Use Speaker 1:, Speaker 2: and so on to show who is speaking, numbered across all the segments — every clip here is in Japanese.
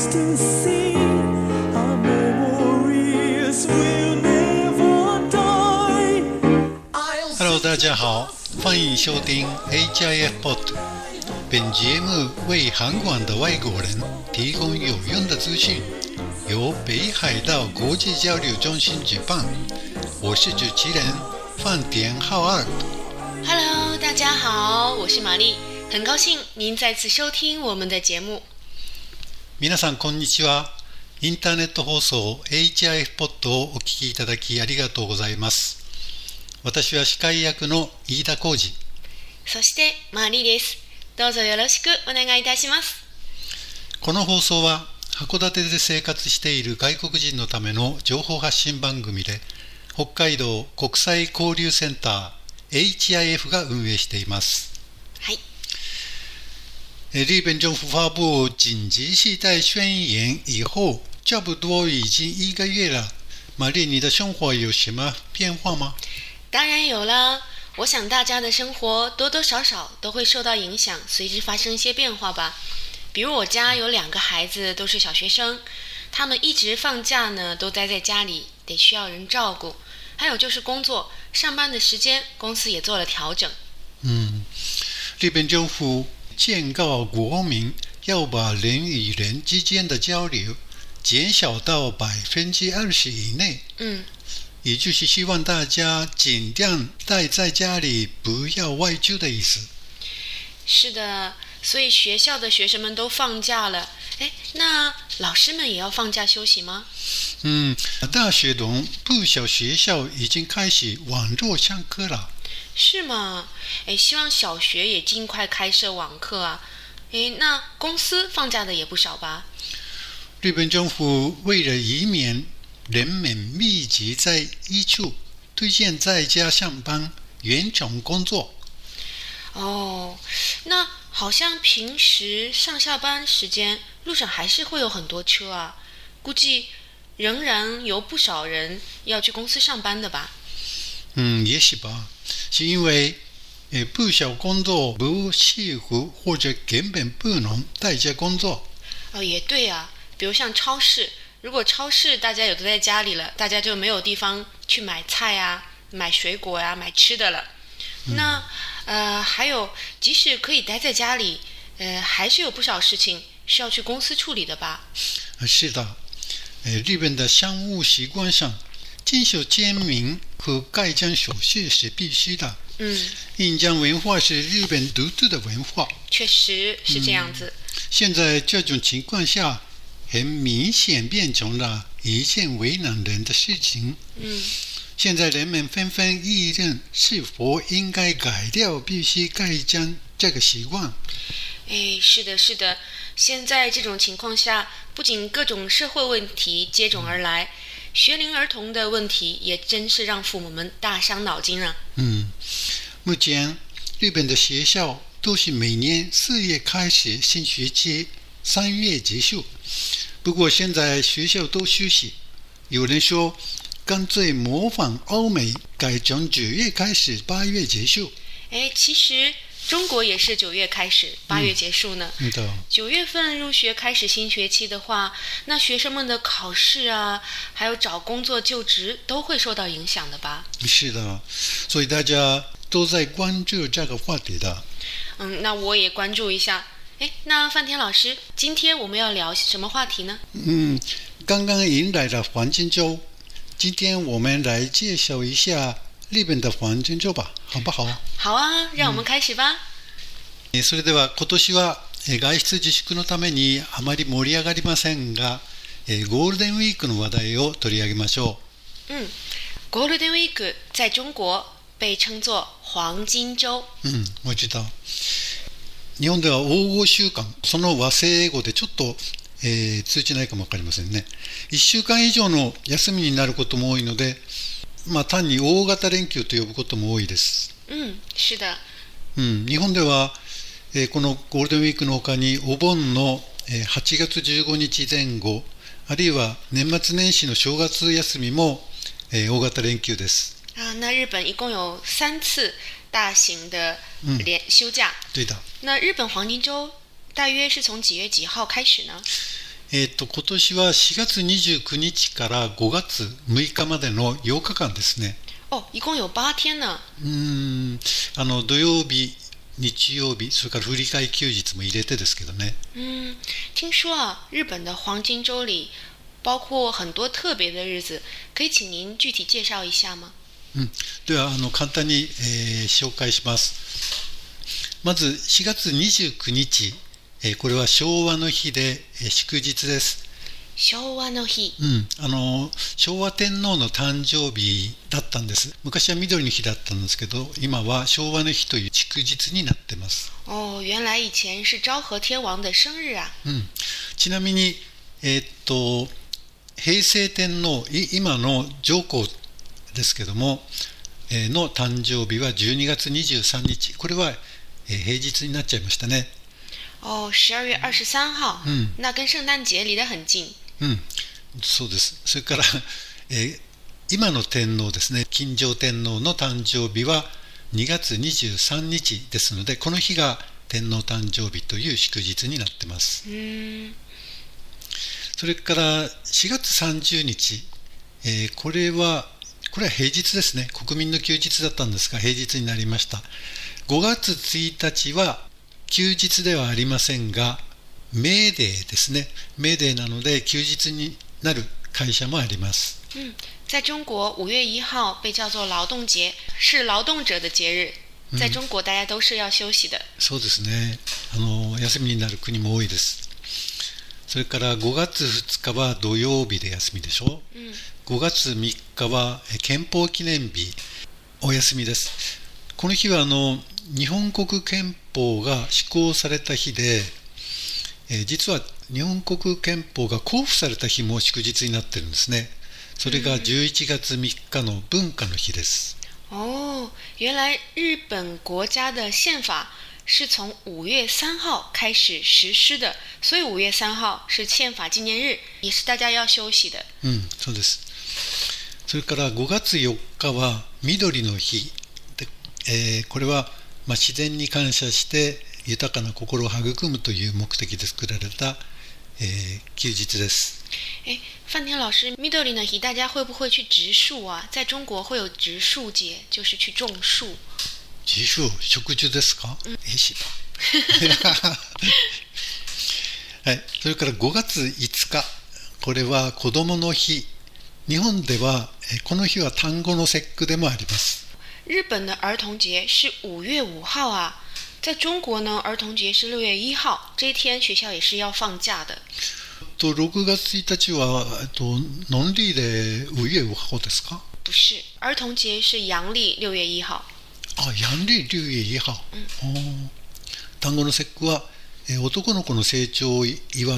Speaker 1: everlasting sea. Our memories will never die.
Speaker 2: Hello， 大家好，欢迎收听 HIF Pod。本节目为韩国的外国人提供有用的资讯，由北海道国际交流中心举办。我是主持人范田浩二。
Speaker 3: Hello， 大家好，我是玛丽，很高兴您再次收听我们的节目。
Speaker 2: 皆さんこんにちは。インターネット放送 HIF Pod をお聞きいただきありがとうございます。私は司会役の飯田浩二。
Speaker 3: そしてマリーです。どうぞよろしくお願いいたします。
Speaker 2: この放送は函館で生活している外国人のための情報発信番組で、北海道国際交流センター HIF が運営しています。
Speaker 3: はい。
Speaker 2: 日本政府发布紧急事态宣言以后，差不多已经1个月了。玛丽，你的生活有什么变化吗？
Speaker 3: 当然有了，我想大家的生活多多少少都会受到影响，随之发生一些变化吧。比如我家有2个孩子，都是小学生，他们一直放假呢，都待在家里，得需要人照顾。还有就是工作，上班的时间，公司也做了调整。
Speaker 2: 日本政府劝告国民要把人与人之间的交流减少到20%以内。也就是希望大家尽量待在家里，不要外出的意思。
Speaker 3: 是的，所以学校的学生们都放假了。那老师们也要放假休息吗？
Speaker 2: 大学等不少学校已经开始网络上课了。
Speaker 3: 是吗？希望小学也尽快开设网课啊。那公司放假的也不少吧？
Speaker 2: 日本政府为了以免人们密集在一处，推荐在家上班、远程工作。
Speaker 3: 那好像平时上下班时间路上还是会有很多车啊，估计仍然有不少人要去公司上班的吧？
Speaker 2: 也许吧，是因为不少工作不适合或者根本不能在家工作。
Speaker 3: 也对啊，比如像超市，如果超市大家有都在家里了，大家就没有地方去买菜啊、买水果啊、买吃的了。那还有，即使可以待在家里，还是有不少事情是要去公司处理的吧？
Speaker 2: 是的，日本的商务习惯上，遵守签名和盖章手续是必须的。印章文化是日本独特的文化，
Speaker 3: 确实是这样子。
Speaker 2: 现在这种情况下，很明显变成了一件为难人的事情。现在人们纷纷议论是否应该改掉必须盖章这个习惯。
Speaker 3: 是的，是的。现在这种情况下，不仅各种社会问题接踵而来，学龄儿童的问题也真是让父母们大伤脑筋啊。
Speaker 2: 目前日本的学校都是每年4月开始新学期，3月结束。不过现在学校都休息，有人说干脆模仿欧美，改成9月开始8月结束。
Speaker 3: 其实中国也是9月开始8月结束呢。9月份入学开始新学期的话，那学生们的考试啊，还有找工作就职都会受到影响的吧？是的，
Speaker 2: 所以大家都在关注这个话题的。
Speaker 3: 那我也关注一下。那范田老师，今天我们要聊什么话题呢？
Speaker 2: 刚刚迎来了黄金周，今天我们来介绍一下日本的黄金周吧，好不好？
Speaker 3: 好啊，让我们开始吧。
Speaker 2: それでは今年は外出自粛のためにあまり盛り上がりませんが、ゴールデンウィークの話題を取り上げましょう。
Speaker 3: ゴールデンウィーク在中国被称作黄金周。
Speaker 2: 我知道。日本では黄金週間、その和製英語でちょっと、通じないかもわかりませんね。1週間以上の休みになることも多いので、単に大型連休と呼ぶことも多いです。
Speaker 3: 是的。
Speaker 2: 日本では、このゴールデンウィークの他にお盆の8月15日前後、あるいは年末年始の正月休みも大型連休です。
Speaker 3: 那日本一共有3次大型的休假。
Speaker 2: 对的。
Speaker 3: 那日本黄金周大约是从几月几号开始呢？
Speaker 2: 今年は4月29日から5月6日までの8日間ですね。
Speaker 3: 哦，一共有8天呢。
Speaker 2: 土曜日、日曜日、それから振り替え休日も入れてですけどね。
Speaker 3: 听说啊，日本的黄金周里包括很多特别的日子，可以请您具体介绍一下吗？
Speaker 2: では簡単に、紹介します。まず4月29日、これは昭和の日で、祝日です。
Speaker 3: 昭和の日、
Speaker 2: 昭和天皇の誕生日だったんです。昔は緑の日だったんですけど、今は昭和の日という祝日になってます。
Speaker 3: 哦，原来以前是昭和天王的生日啊。
Speaker 2: ちなみに、平成天皇、今の上皇ですけども、の誕生日は12月23日。これは、平日になっちゃいましたね。
Speaker 3: 哦，12月23号，那跟圣诞节离得很近。
Speaker 2: そうです。それから、今の天皇ですね、金城天皇の誕生日は2月23日ですので、この日が天皇誕生日という祝日になっています。それから4月30日、これは平日ですね。国民の休日だったんですが、平日になりました。5月1日は休日ではありませんが、メーデーですね。メーデーなので休日になる会社もあります。
Speaker 3: 在中国5月1号被叫做劳動節，是劳動者的节日。在中国大家都是要休息的。
Speaker 2: そうですね。休みになる国も多いです。それから5月2日は土曜日で休みでしょ。5月3日は憲法記念日、お休みです。この日は日本国憲法が施行された日で、実は日本国憲法が公布された日も祝日になっているんですね。それが11月3日の文化の日です。
Speaker 3: 原来日本国家的宪法是从5月3号开始实施的，所以5月3号是宪法纪念日，也是大家要休息的。
Speaker 2: そうです。それから5月4日は緑の日で、これは自然に感謝して豊かな心を育むという目的で作られた、休日です。
Speaker 3: 范天老师，緑の日大家会不会去植樹啊？在中国会有植樹节，就是去种树。
Speaker 2: 植樹、植樹ですか？はい。それから5月5日、これは子どもの日。日本ではこの日は単語の節句でもあります。
Speaker 3: 日本的儿童节是5月5号啊，在中国呢，儿童节是6月1号，这一天学校也是要放假的。
Speaker 2: 6月1日は農曆で5月5号ですか？
Speaker 3: 不是，儿童节是陽曆6月1号。
Speaker 2: 陽曆6月1号。単語の節句は、男の子の成長を祝って、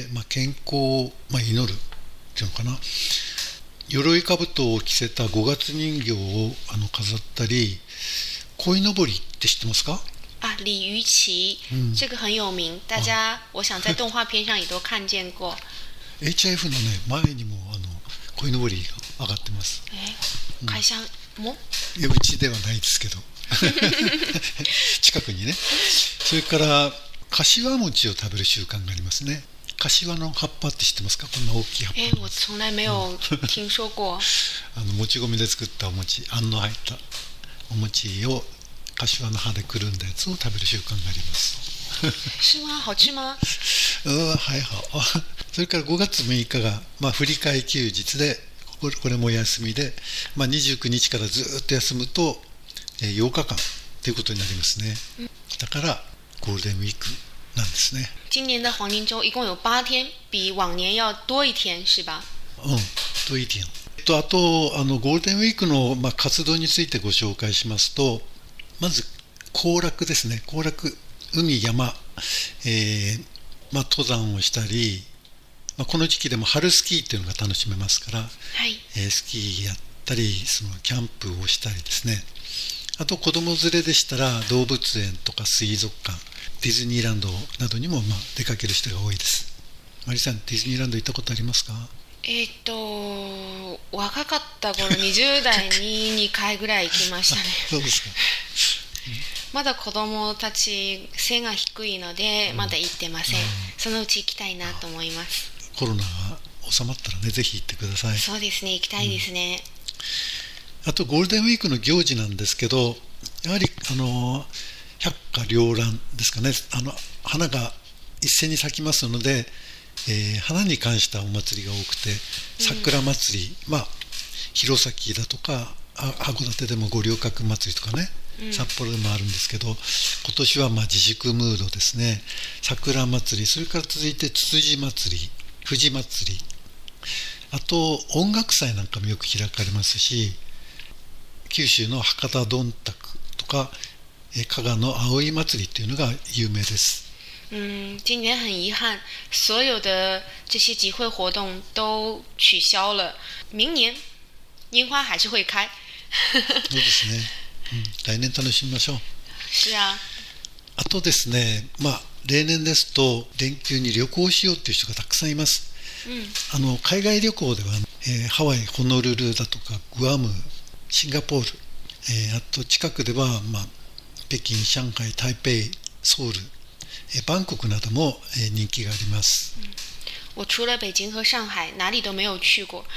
Speaker 2: 健康を、祈るっていうのかな。鎧兜を着せた5月人形を飾ったり、鯉のぼりって知ってますか？
Speaker 3: 鲤鱼旗，这个很有名，大家我想在动画片上也都看见过。
Speaker 2: HF のね、前にも鯉のぼりが上がってます。
Speaker 3: 会社も？
Speaker 2: うちではないですけど近くにね。それから柏餅を食べる習慣がありますね。柏の葉っぱって知ってますか？こんな大きい葉っぱ。
Speaker 3: 我从来没有听说过。
Speaker 2: もち米で作ったお餅、あんの入ったお餅を柏の葉でくるんだやつを食べる習慣があります。
Speaker 3: 是吗？好吃吗？
Speaker 2: はいはい。それから5月6日が、振り替え休日で、これも休みで、29日からずっと休むと、8日間ということになりますね。だからゴールデンウィークなんですね。
Speaker 3: 今年的黄金周一共有8天，比往年要多一天，是吧？
Speaker 2: 多一天。あとゴールデンウィークの、活動についてご紹介しますと、まず行楽ですね。行楽、海、山、登山をしたり、この時期でも春スキーっていうのが楽しめますから、スキーやったり、キャンプをしたりですね。あと子供連れでしたら動物園とか水族館、ディズニーランドなどにも出かける人が多いです。マリさん、ディズニーランド行ったことありますか？
Speaker 3: 若かった頃20代に2回ぐらい行きましたね。
Speaker 2: そうですか。
Speaker 3: まだ子供たち背が低いのでまだ行ってません。そのうち行きたいなと思います。
Speaker 2: コロナが収まったらね、ぜひ行ってください。
Speaker 3: そうですね、行きたいですね。
Speaker 2: あとゴールデンウィークの行事なんですけど、やはり百花繚乱ですかね、花が一斉に咲きますので、花に関したお祭りが多くて、桜祭り、弘前だとか函館でも五稜郭祭りとかね、札幌でもあるんですけど、今年は自粛ムードですね。桜祭り、それから続いてつつじ祭り、富士祭り、あと音楽祭なんかもよく開かれますし、九州の博多どんたくとか加賀の葵祭りというのが有名です。
Speaker 3: 今年很遺憾，所有的这些集会活動都取消了。明年櫻花還是會開。
Speaker 2: そうですね。来年楽しみましょう。
Speaker 3: 是啊。
Speaker 2: あとですね、例年ですと連休に旅行しようという人がたくさんいます。海外旅行では、ハワイ、ホノルルだとかグアム、シンガポール、あと近くでは、北京、上海、台北、ソウル、バンコクなども、人気があります。
Speaker 3: 我除了北京和上海哪里都没有去過。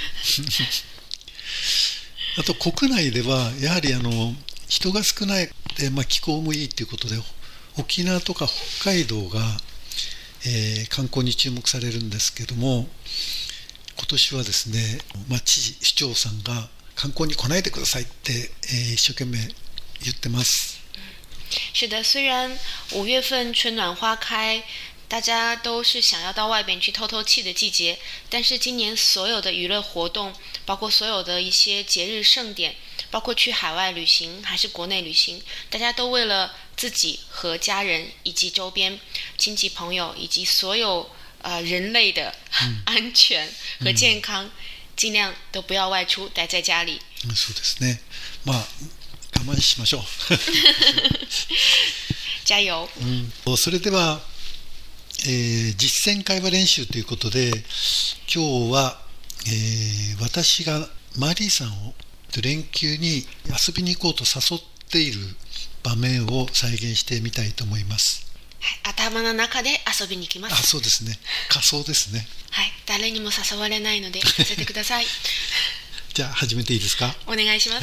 Speaker 2: あと国内ではやはり人が少ないで、気候もいいということで、沖縄とか北海道が、観光に注目されるんですけども、今年はですね、知事、市長さんが観光に来ないでくださいって、一生懸命言ってます。
Speaker 3: 是的，虽然5月份春暖花开，大家都是想要到外边去透透气的季节，但是今年所有的娱乐活动，包括所有的一些节日盛典，包括去海外旅行还是国内旅行，大家都为了自己和家人以及周边亲戚朋友以及所有人类的安全和健康，尽量都不要外出，待在家里。
Speaker 2: そうですね。我慢しましょう。
Speaker 3: 加油。
Speaker 2: それでは、実践会話練習ということで、今日は、私がマリーさんを連休に遊びに行こうと誘っている場面を再現してみたいと思います。
Speaker 3: 頭の中で遊びに行きます。
Speaker 2: そうですね。仮想ですね。
Speaker 3: はい、誰にも誘われないのでさせてください。
Speaker 2: じゃあ始めていいですか。
Speaker 3: お願いします。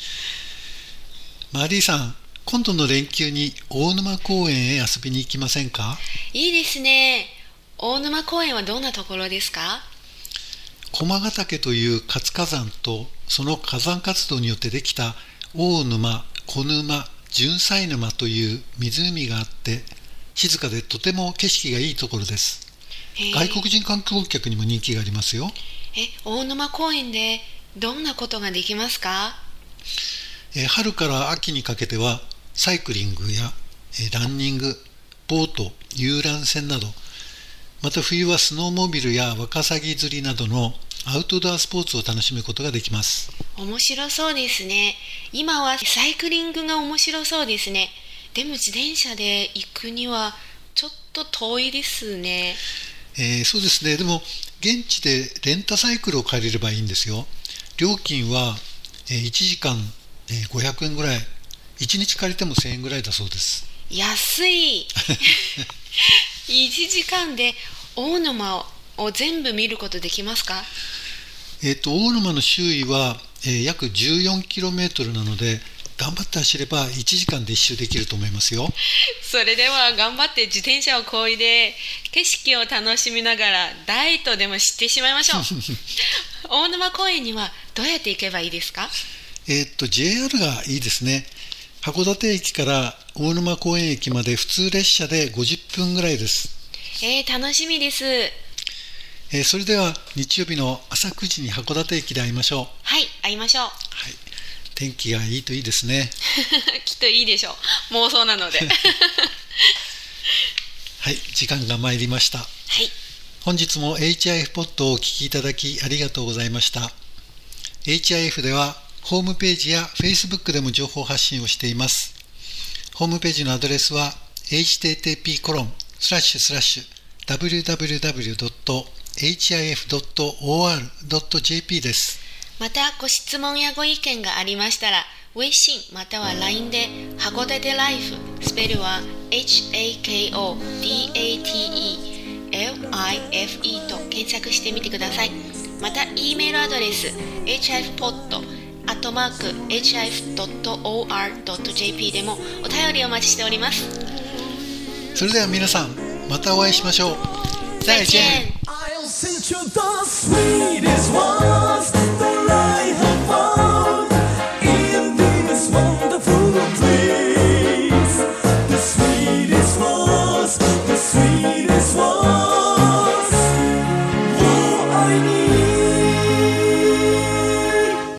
Speaker 2: マリーさん、今度の連休に大沼公園へ遊びに行きませんか。
Speaker 3: いいですね。大沼公園はどんなところですか。
Speaker 2: 駒ヶ岳という活火山とその火山活動によってできた大沼、小沼、純菜沼という湖があって、静かでとても景色がいいところです。外国人観光客にも人気がありますよ。
Speaker 3: 大沼公園でどんなことができますか。
Speaker 2: 春から秋にかけてはサイクリングやランニング、ボート、遊覧船など、また冬はスノーモービルやワカサギ釣りなどのアウトドアスポーツを楽しむことができます。
Speaker 3: 面白そうですね。今はサイクリングが面白そうですね。でも自転車で行くにはちょっと遠いですね。
Speaker 2: そうですね。でも現地でレンタサイクルを借りればいいんですよ。料金は1時間500円ぐらい、1日借りても1000円ぐらいだそうです。
Speaker 3: 安い。1時間で大沼を全部見ることできますか。
Speaker 2: 大沼の周囲は、約 14km なので、頑張って走れば1時間で一周できると思いますよ。
Speaker 3: それでは頑張って自転車を漕いで景色を楽しみながらダイエットでもしてしまいましょう。大沼公園にはどうやって行けばいいですか。
Speaker 2: JR がいいですね。函館駅から大沼公園駅まで普通列車で50分ぐらいです。
Speaker 3: 楽しみです。
Speaker 2: それでは日曜日の朝9時に函館駅で会いましょう。
Speaker 3: はい、会いましょう。
Speaker 2: 天気がいいといいですね。
Speaker 3: きっといいでしょう。妄想なので。
Speaker 2: はい、時間が参りました。本日も HIF ポッドをお聞きいただきありがとうございました。HIF ではホームページや Facebook でも情報発信をしています。ホームページのアドレスは http://www.hif.or.jp です。
Speaker 3: またご質問やご意見がありましたら、微信または LINE で函館ライフ、スペルは HAKODATELIFE と検索してみてください。また E メールアドレス hifpod@hif.or.jp でもお便りお待ちしております。
Speaker 2: それでは皆さん、またお会いしましょう。再见。
Speaker 1: I'll send you the sweetest ones that I have found in this world.